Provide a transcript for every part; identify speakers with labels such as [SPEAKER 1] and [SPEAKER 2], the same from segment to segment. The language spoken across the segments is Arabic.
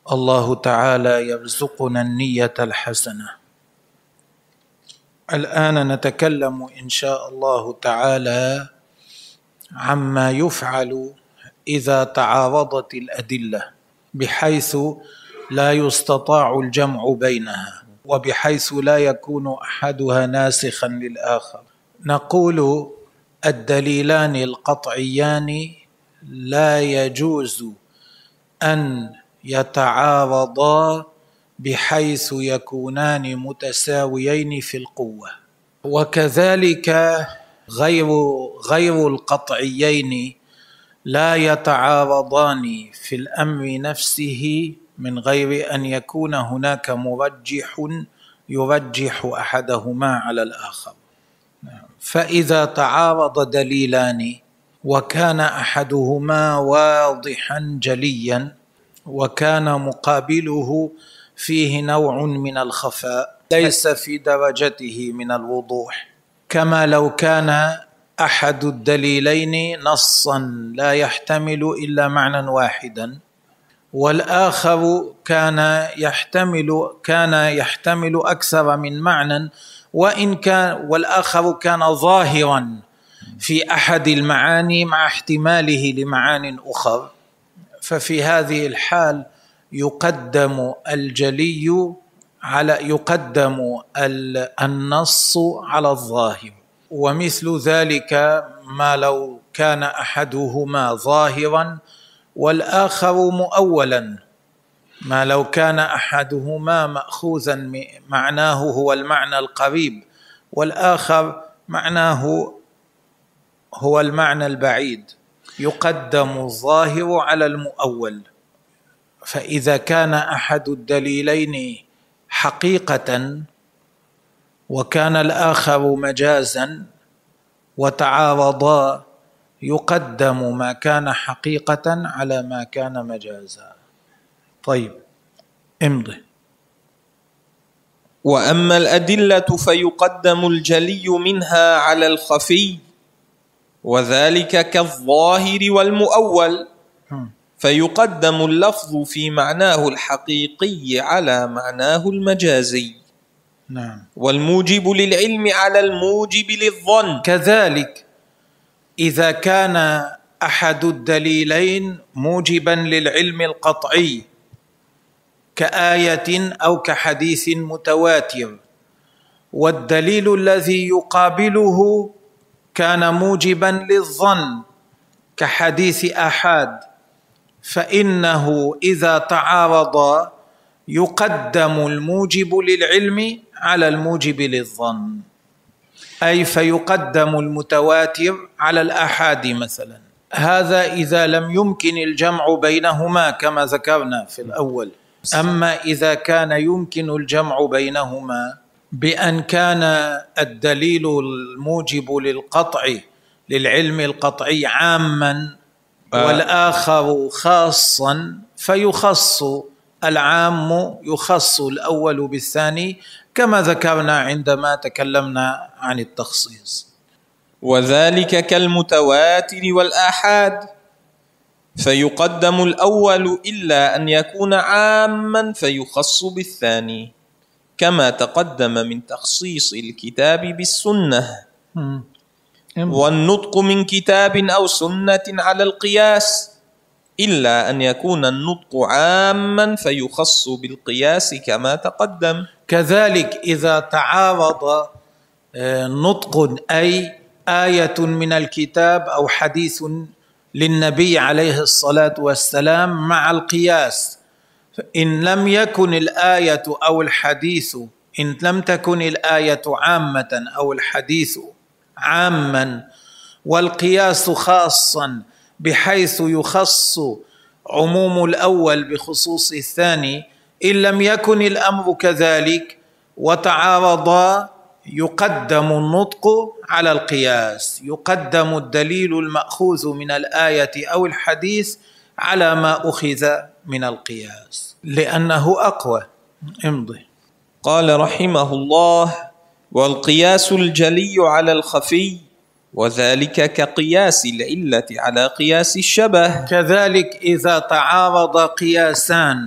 [SPEAKER 1] الله تعالى يرزقنا النية الحسنة. الآن نتكلم إن شاء الله تعالى عما يفعل إذا تعارضت الأدلة بحيث لا يستطاع الجمع بينها وبحيث لا يكون أحدها ناسخا للآخر. نقول الدليلان القطعيان لا يجوز أن يتعارضا بحيث يكونان متساويين في القوة، وكذلك غير القطعيين لا يتعارضان في الأمر نفسه من غير أن يكون هناك مرجح يرجح أحدهما على الآخر. فإذا تعارض دليلان وكان أحدهما واضحا جليا وكان مقابله فيه نوع من الخفاء ليس في درجته من الوضوح، كما لو كان أحد الدليلين نصا لا يحتمل إلا معنى واحدا والآخر كان يحتمل أكثر من معنى، وإن كان والآخر كان ظاهرا في أحد المعاني مع احتماله لمعان أخر، ففي هذه الحال يقدم النص على الظاهر. ومثل ذلك ما لو كان أحدهما ظاهرا والآخر مؤولا، ما لو كان أحدهما مأخوذا معناه هو المعنى القريب والآخر معناه هو المعنى البعيد، يقدم الظاهر على المؤول. فإذا كان أحد الدليلين حقيقة وكان الآخر مجازا وتعارضا يقدم ما كان حقيقة على ما كان مجازا. طيب امضي.
[SPEAKER 2] وأما الأدلة فيقدم الجلي منها على الخفي، وذلك كالظاهر والمؤول، فيقدم اللفظ في معناه الحقيقي على معناه المجازي.
[SPEAKER 1] نعم.
[SPEAKER 2] والموجب للعلم على الموجب للظن.
[SPEAKER 1] كذلك إذا كان أحد الدليلين موجبا للعلم القطعي كآية أو كحديث متواتر، والدليل الذي يقابله كان موجبا للظن كحديث آحاد، فإنه إذا تعارض يقدم الموجب للعلم على الموجب للظن، أي فيقدم المتواتر على الآحاد مثلا. هذا إذا لم يمكن الجمع بينهما كما ذكرنا في الأول. أما إذا كان يمكن الجمع بينهما بأن كان الدليل الموجب للعلم القطعي عاما والآخر خاصا، فيخص العام يخص الأول بالثاني كما ذكرنا عندما تكلمنا عن التخصيص.
[SPEAKER 2] وذلك كالمتواتر والآحاد، فيقدم الأول إلا أن يكون عاما فيخص بالثاني، كما تقدم من تخصيص الكتاب بالسنة. والنطق من كتاب أو سنة على القياس، إلا أن يكون النطق عاما فيخص بالقياس كما تقدم.
[SPEAKER 1] كذلك إذا تعارض نطق أي آية من الكتاب أو حديث للنبي عليه الصلاة والسلام مع القياس، إن لم يكن الآية أو الحديث، إن لم تكن الآية عامة أو الحديث عاما والقياس خاصا بحيث يخص عموم الأول بخصوص الثاني، إن لم يكن الأمر كذلك وتعارضا يقدم النطق على القياس، يقدم الدليل المأخوذ من الآية أو الحديث على ما أخذ من القياس لأنه أقوى. امضي.
[SPEAKER 2] قال رحمه الله: والقياس الجلي على الخفي، وذلك كقياس العلة على قياس الشبه.
[SPEAKER 1] كذلك إذا تعارض قياسان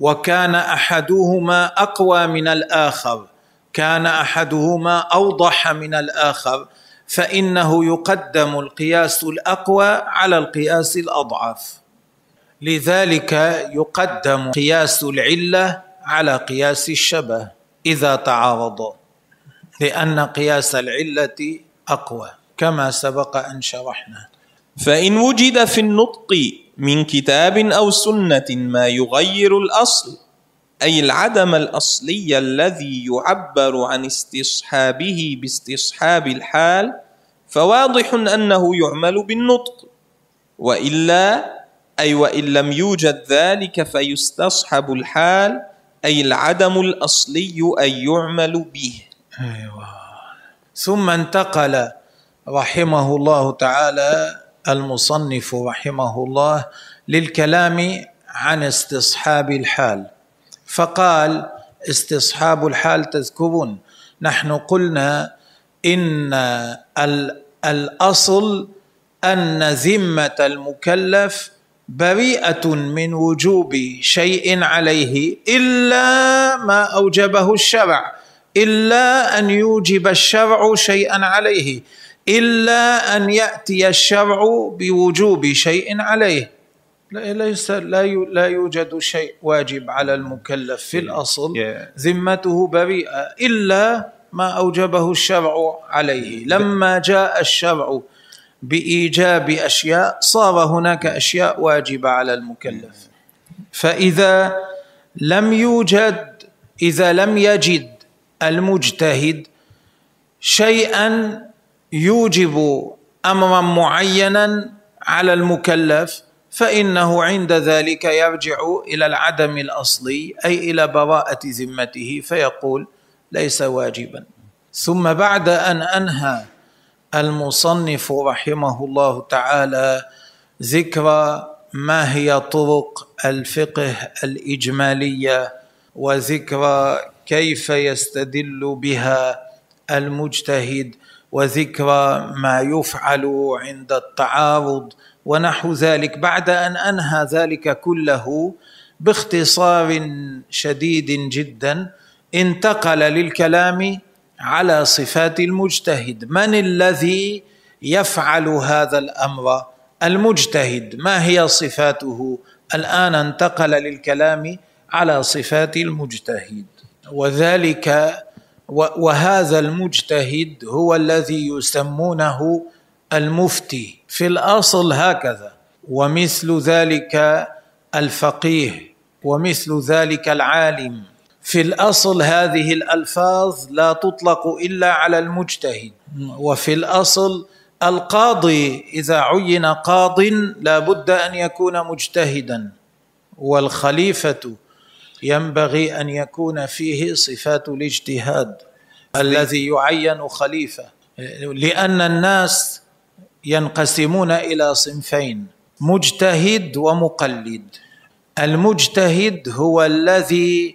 [SPEAKER 1] وكان أحدهما أقوى من الآخر، كان أحدهما أوضح من الآخر، فإنه يقدم القياس الأقوى على القياس الأضعف. لذلك يقدم قياس العلة على قياس الشبه إذا تعارضا، لأن قياس العلة أقوى كما سبق أن شرحنا.
[SPEAKER 2] فإن وجد في النطق من كتاب أو سنة ما يغير الأصل، أي العدم الأصلي الذي يعبر عن استصحابه باستصحاب الحال، فواضح أنه يعمل بالنطق، وإلا أي وإن لم يوجد ذلك فيستصحب الحال، أي العدم الأصلي أن يعمل به.
[SPEAKER 1] أيوة. ثم انتقل رحمه الله تعالى المصنف رحمه الله للكلام عن استصحاب الحال، فقال: استصحاب الحال، تذكرون نحن قلنا إن الأصل أن ذمة المكلف بريئة من وجوب شيء عليه إلا ما أوجبه الشرع، إلا أن يوجب الشرع شيئا عليه، إلا أن يأتي الشرع بوجوب شيء عليه. لا يوجد شيء واجب على المكلف في الأصل، ذمته بريئة إلا ما أوجبه الشرع عليه. لما جاء الشرع بإيجاب أشياء صار هناك أشياء واجبة على المكلف. فإذا لم يجد المجتهد شيئا يوجب أمرا معينا على المكلف، فإنه عند ذلك يرجع إلى العدم الأصلي، أي إلى براءة ذمته، فيقول ليس واجبا. ثم بعد أن أنهى المصنف رحمه الله تعالى ذكر ما هي طرق الفقه الإجمالية، وذكر كيف يستدل بها المجتهد، وذكر ما يفعل عند التعارض ونحو ذلك، بعد أن أنهى ذلك كله باختصار شديد جدا انتقل للكلام على صفات المجتهد. من الذي يفعل هذا الأمر؟ المجتهد. ما هي صفاته؟ الآن انتقل للكلام على صفات المجتهد، وهذا المجتهد هو الذي يسمونه المفتي في الأصل هكذا، ومثل ذلك الفقيه، ومثل ذلك العالم. في الأصل هذه الألفاظ لا تطلق إلا على المجتهد. وفي الأصل القاضي إذا عين قاض لا بد أن يكون مجتهدا، والخليفة ينبغي أن يكون فيه صفات الاجتهاد الذي يعين خليفة، لأن الناس ينقسمون إلى صنفين: مجتهد ومقلد. المجتهد هو الذي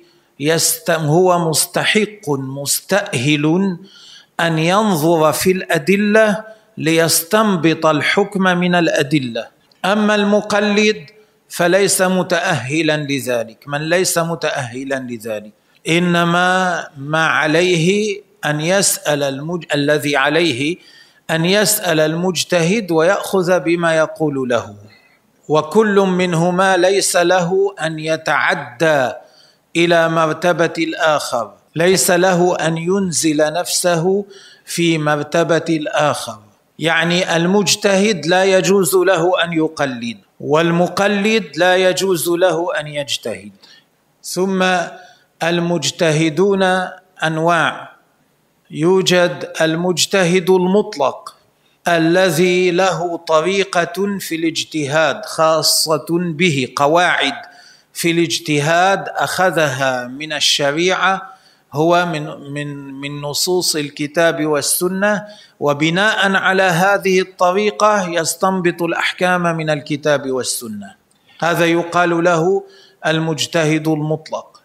[SPEAKER 1] هو مستحق مستأهل أن ينظر في الأدلة ليستنبط الحكم من الأدلة. أما المقلد فليس متأهلا لذلك. من ليس متأهلا لذلك إنما ما عليه أن يسأل الذي عليه أن يسأل المجتهد ويأخذ بما يقول له، وكل منهما ليس له أن يتعدى إلى مرتبة الآخر، ليس له أن ينزل نفسه في مرتبة الآخر. يعني المجتهد لا يجوز له أن يقلد، والمقلد لا يجوز له أن يجتهد. ثم المجتهدون أنواع: يوجد المجتهد المطلق الذي له طريقة في الاجتهاد خاصة به، قواعد في الاجتهاد أخذها من الشريعة، هو من نصوص الكتاب والسنة، وبناء على هذه الطريقة يستنبط الأحكام من الكتاب والسنة. هذا يقال له المجتهد المطلق.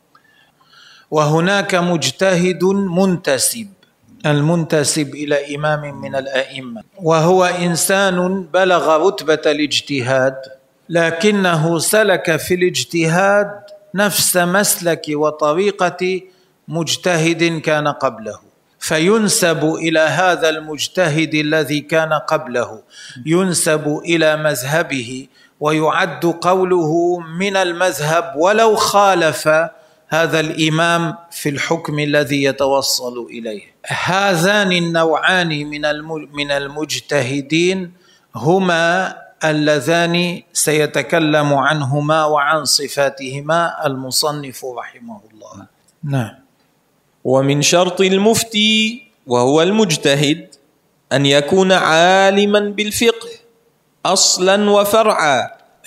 [SPEAKER 1] وهناك مجتهد منتسب، المنتسب إلى إمام من الأئمة، وهو إنسان بلغ رتبة الاجتهاد لكنه سلك في الاجتهاد نفس مسلك وطريقة مجتهد كان قبله، فينسب إلى هذا المجتهد الذي كان قبله، ينسب إلى مذهبه، ويعد قوله من المذهب ولو خالف هذا الإمام في الحكم الذي يتوصل إليه. هذان النوعان من المجتهدين هما اللذان سيتكلم عنهما وعن صفاتهما المصنف رحمه الله. نعم.
[SPEAKER 2] ومن شرط المفتي وهو المجتهد أن يكون عالما بالفقه أصلا وفرعا،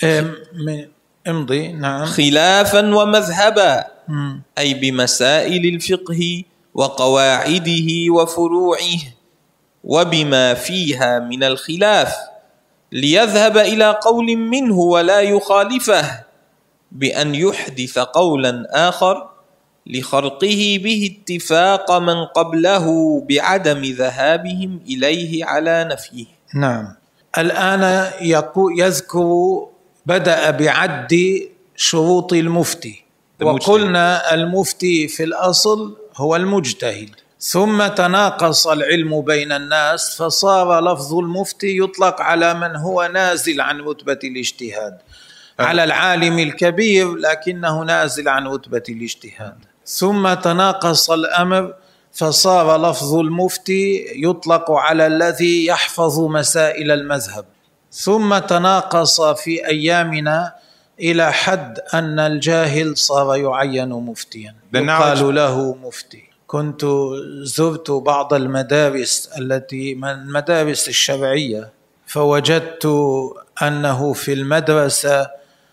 [SPEAKER 1] امضي. نعم.
[SPEAKER 2] خلافا ومذهبا، أي بمسائل الفقه وقواعده وفروعه وبما فيها من الخلاف، ليذهب إلى قول منه ولا يخالفه بأن يحدث قولا آخر لخرقه به اتفاق من قبله بعدم ذهابهم إليه على نفيه.
[SPEAKER 1] نعم. الآن يذكر، بدأ بعد شروط المفتي، وقلنا المفتي في الأصل هو المجتهد، ثم تناقص العلم بين الناس فصار لفظ المفتي يطلق على من هو نازل عن رتبة الاجتهاد، على العالم الكبير لكنه نازل عن رتبة الاجتهاد. ثم تناقص الأمر فصار لفظ المفتي يطلق على الذي يحفظ مسائل المذهب. ثم تناقص في أيامنا إلى حد أن الجاهل صار يعين مفتيا، يقال له مفتي. كنت زرت بعض المدارس التي من المدارس الشرعية، فوجدت أنه في المدرسة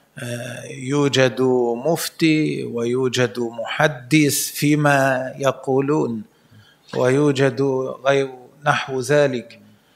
[SPEAKER 1] يوجد مفتي ويوجد محدث فيما يقولون، ويوجد غير نحو ذلك،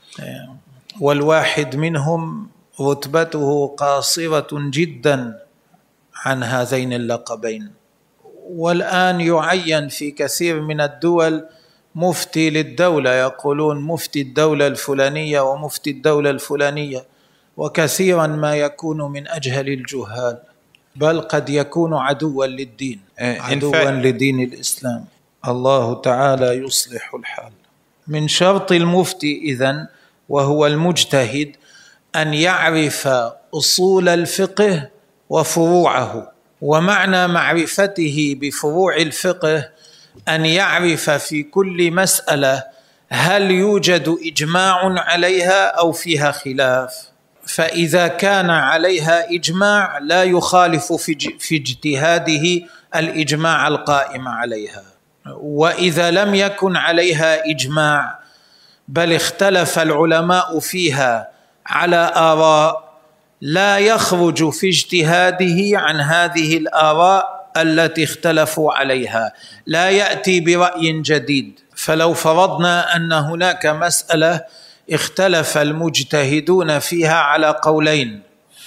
[SPEAKER 1] والواحد منهم رتبته قاصرة جدا عن هذين اللقبين. والآن يعين في كثير من الدول مفتي للدولة، يقولون مفتي الدولة الفلانية ومفتي الدولة الفلانية، وكثيرا ما يكون من أجهل الجهال، بل قد يكون عدوا للدين، عدوا لدين الإسلام. الله تعالى يصلح الحال. من شرط المفتي إذن وهو المجتهد أن يعرف أصول الفقه وفروعه، ومعنى معرفته بفروع الفقه أن يعرف في كل مسألة هل يوجد إجماع عليها أو فيها خلاف، فإذا كان عليها إجماع لا يخالف في اجتهاده الإجماع القائم عليها، وإذا لم يكن عليها إجماع بل اختلف العلماء فيها على آراء، لا يخرج في اجتهاده عن هذه الآراء التي اختلفوا عليها، لا يأتي برأي جديد. فلو فرضنا أن هناك مسألة اختلف المجتهدون فيها على قولين،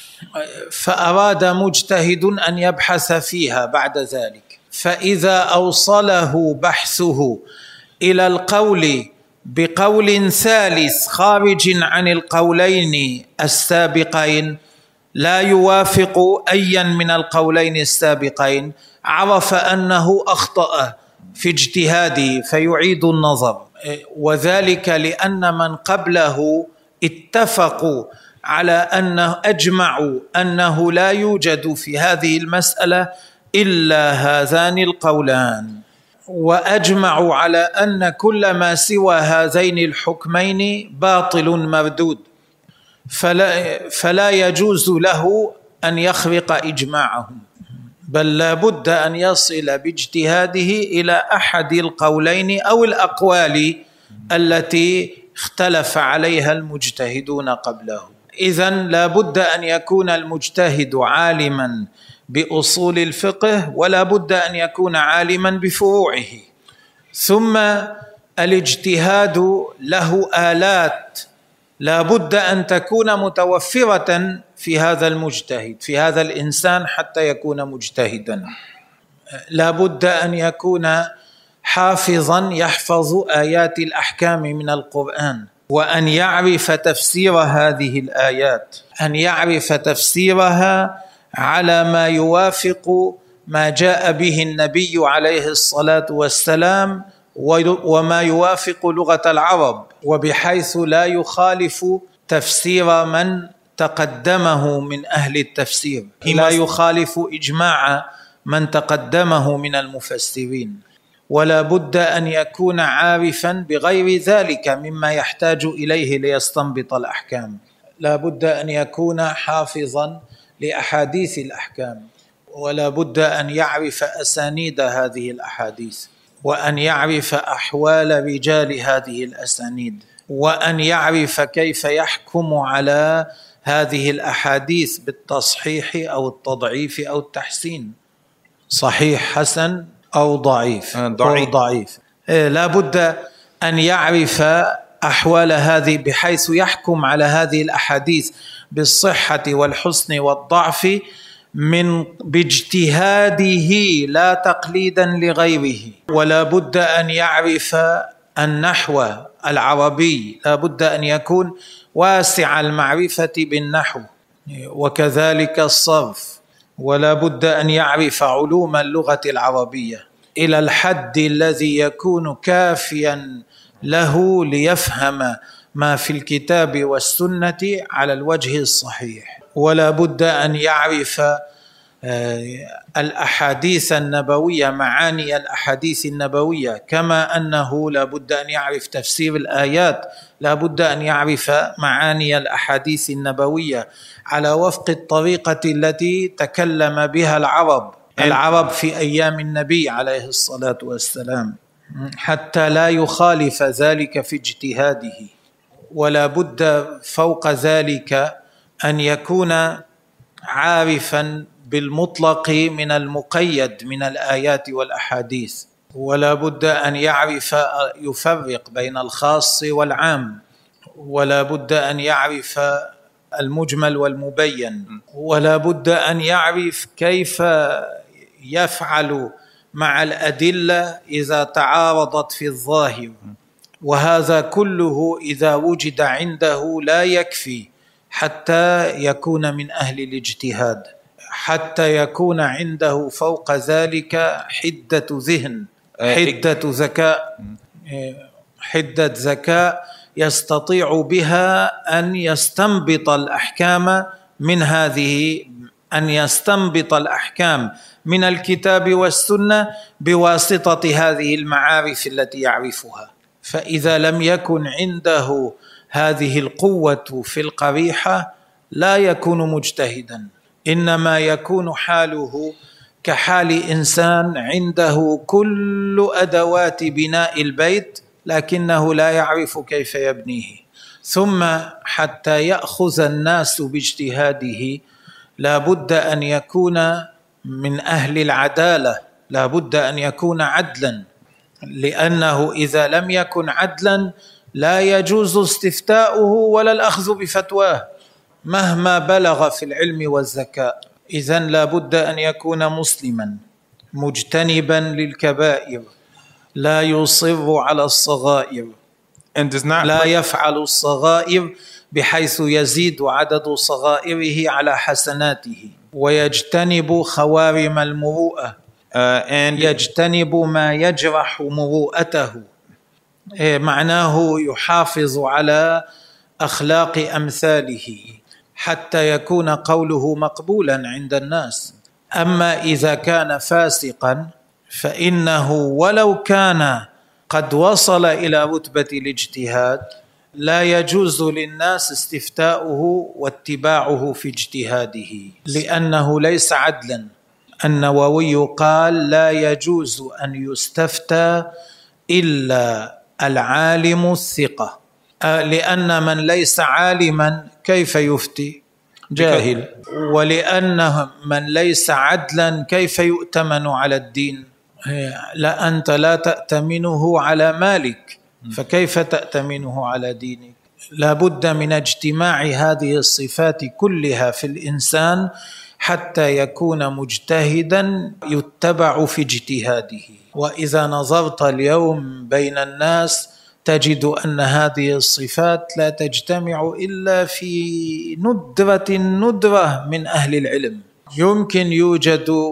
[SPEAKER 1] فأراد مجتهد أن يبحث فيها بعد ذلك، فإذا أوصله بحثه إلى القول بقول ثالث خارج عن القولين السابقين لا يوافق أيا من القولين السابقين، عرف أنه أخطأ في اجتهاده فيعيد النظر، وذلك لأن من قبله اتفقوا على أنه أجمعوا أنه لا يوجد في هذه المسألة إلا هذان القولان، وأجمعوا على أن كل ما سوى هذين الحكمين باطل مردود، فلا يجوز له أن يخرق إجماعهم، بل لا بد أن يصل باجتهاده إلى أحد القولين أو الأقوال التي اختلف عليها المجتهدون قبله. إذن لا بد أن يكون المجتهد عالما بأصول الفقه، ولا بد أن يكون عالما بفروعه. ثم الاجتهاد له آلات لا بد أن تكون متوفرة في هذا المجتهد، في هذا الإنسان حتى يكون مجتهدا. لا بد أن يكون حافظا يحفظ آيات الأحكام من القرآن، وأن يعرف تفسير هذه الآيات، أن يعرف تفسيرها على ما يوافق ما جاء به النبي عليه الصلاة والسلام وما يوافق لغة العرب، وبحيث لا يخالف تفسير من تقدمه من أهل التفسير، لا يخالف إجماع من تقدمه من المفسرين، ولا بد أن يكون عارفا بغير ذلك مما يحتاج إليه ليستنبط الأحكام. لا بد أن يكون حافظا لأحاديث الأحكام، ولا بد أن يعرف أسانيد هذه الأحاديث، وأن يعرف أحوال رجال هذه الأسانيد، وأن يعرف كيف يحكم على هذه الأحاديث بالتصحيح أو التضعيف أو التحسين، صحيح حسن أو ضعيف. لا بد أن يعرف أحوال هذه بحيث يحكم على هذه الأحاديث بالصحة والحسن والضعف باجتهاده لا تقليدا لغيره. ولا بد أن يعرف النحو العربي، لا بد أن يكون واسع المعرفة بالنحو، وكذلك الصرف، ولا بد أن يعرف علوم اللغة العربية إلى الحد الذي يكون كافيا له ليفهم ما في الكتاب والسنة على الوجه الصحيح. ولا بد أن يعرف الأحاديث النبوية، معاني الأحاديث النبوية، كما أنه لا بد أن يعرف تفسير الآيات، لا بد أن يعرف معاني الأحاديث النبوية على وفق الطريقة التي تكلم بها العرب في أيام النبي عليه الصلاة والسلام، حتى لا يخالف ذلك في اجتهاده. ولا بد فوق ذلك أن يكون عارفا بالمطلق من المقيد من الآيات والأحاديث، ولا بد أن يفرق بين الخاص والعام، ولا بد أن يعرف المجمل والمبين، ولا بد أن يعرف كيف يفعل مع الأدلة إذا تعارضت في الظاهر. وهذا كله إذا وجد عنده لا يكفي حتى يكون من أهل الاجتهاد، حتى يكون عنده فوق ذلك حدة ذهن، حدة ذكاء يستطيع بها أن يستنبط الأحكام من الكتاب والسنة بواسطة هذه المعارف التي يعرفها. فإذا لم يكن عنده هذه القوة في القريحة لا يكون مجتهدا، إنما يكون حاله كحال إنسان عنده كل أدوات بناء البيت لكنه لا يعرف كيف يبنيه. ثم حتى يأخذ الناس باجتهاده لا بد أن يكون من أهل العدالة، لا بد أن يكون عدلا، لأنه إذا لم يكن عدلا لا يجوز استفتاؤه ولا الأخذ بفتواه مهما بلغ في العلم والذكاء. إذن لا بد أن يكون مسلما مجتنبا للكبائر، لا يصر على الصغائر، لا يفعل الصغائر بحيث يزيد عدد صغائره على حسناته، ويجتنب خوارم المروءة، يجتنب ما يجرح مروءته، معناه يحافظ على أخلاق أمثاله حتى يكون قوله مقبولا عند الناس. أما إذا كان فاسقا فإنه ولو كان قد وصل إلى رتبة الاجتهاد لا يجوز للناس استفتاؤه واتباعه في اجتهاده، لأنه ليس عدلا. النووي قال لا يجوز أن يستفتى إلا العالم الثقة، لأن من ليس عالما كيف يفتي؟ جاهل. ولأن من ليس عدلا كيف يؤتمن على الدين؟ لا، أنت لا تأتمنه على مالك، فكيف تأتمنه على دينك؟ لا بد من اجتماع هذه الصفات كلها في الإنسان حتى يكون مجتهدا يتبع في اجتهاده. وإذا نظرت اليوم بين الناس تجد أن هذه الصفات لا تجتمع إلا في ندرة من أهل العلم. يمكن يوجد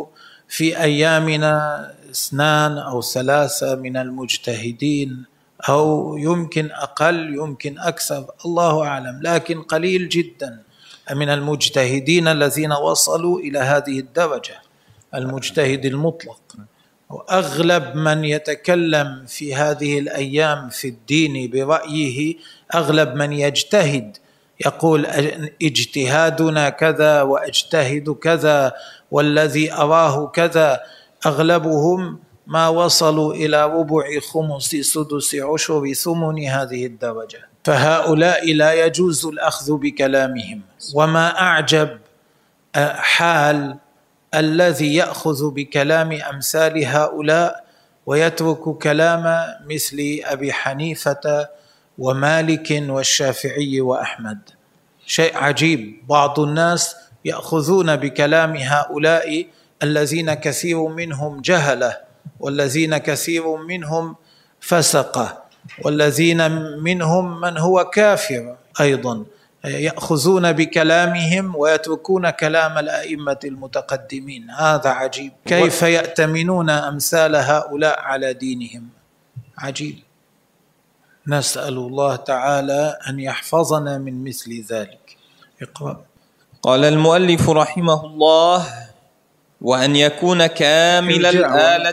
[SPEAKER 1] في أيامنا 2 أو 3 من المجتهدين، أو يمكن أقل يمكن أكثر، الله أعلم، لكن قليل جدا من المجتهدين الذين وصلوا إلى هذه الدرجة، المجتهد المطلق. وأغلب من يتكلم في هذه الأيام في الدين برأيه، أغلب من يجتهد يقول اجتهادنا كذا واجتهد كذا والذي أراه كذا، أغلبهم ما وصلوا إلى ربع، خمس، سدس، عشر، ثمن هذه الدرجة. فهؤلاء لا يجوز الأخذ بكلامهم. وما أعجب حال الذي يأخذ بكلام أمثال هؤلاء ويترك كلام مثل أبي حنيفة ومالك والشافعي وأحمد. شيء عجيب، بعض الناس يأخذون بكلام هؤلاء الذين كثير منهم جهلة، والذين كثير منهم فسقة، والذين منهم من هو كافر أيضا، يأخذون بكلامهم ويتركون كلام الأئمة المتقدمين. هذا عجيب، كيف يأتمنون أمثال هؤلاء على دينهم؟ عجيب. نسأل الله تعالى أن يحفظنا من مثل ذلك. اقرأ.
[SPEAKER 2] قال المؤلف رحمه الله: وأن يكون كامل الآلة.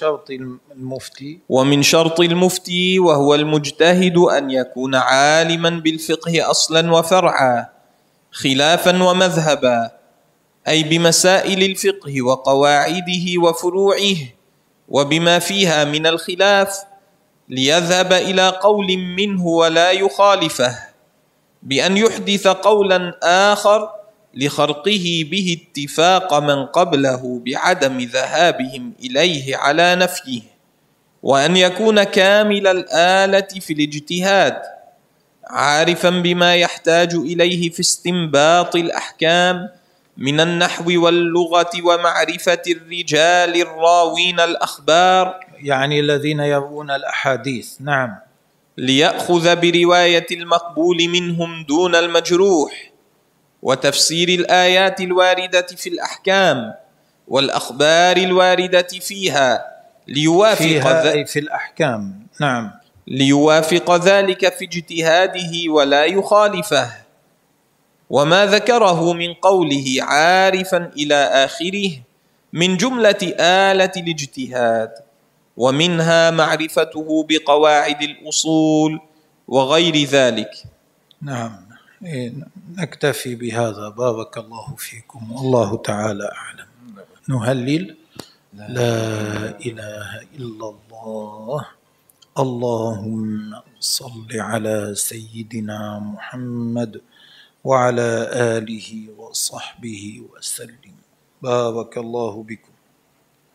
[SPEAKER 2] ومن شرط المفتي وهو المجتهد أن يكون عالما بالفقه أصلا وفرعا، خلافا ومذهبا، أي بمسائل الفقه وقواعده وفروعه وبما فيها من الخلاف، ليذهب إلى قول منه ولا يخالفه، بأن يحدث قولا آخر لخرقه به اتفاق من قبله بعدم ذهابهم إليه على نفيه. وأن يكون كامل الآلة في الاجتهاد، عارفا بما يحتاج إليه في استنباط الأحكام من النحو واللغة ومعرفة الرجال الراوين الأخبار،
[SPEAKER 1] يعني الذين يروون الأحاديث. نعم.
[SPEAKER 2] ليأخذ برواية المقبول منهم دون المجروح، وتفسير الآيات الواردة في الأحكام والأخبار الواردة فيها،
[SPEAKER 1] فيها في الأحكام. نعم.
[SPEAKER 2] ليوافق ذلك في اجتهاده ولا يخالفه. وما ذكره من قوله عارفا إلى آخره من جملة آلة الاجتهاد، ومنها معرفته بقواعد الأصول وغير ذلك.
[SPEAKER 1] نعم. نكتفي بهذا، بارك الله فيكم، والله تعالى أعلم. نهلل: لا إله إلا الله، اللهم صل على سيدنا محمد وعلى آله وصحبه وسلم. بارك الله بكم.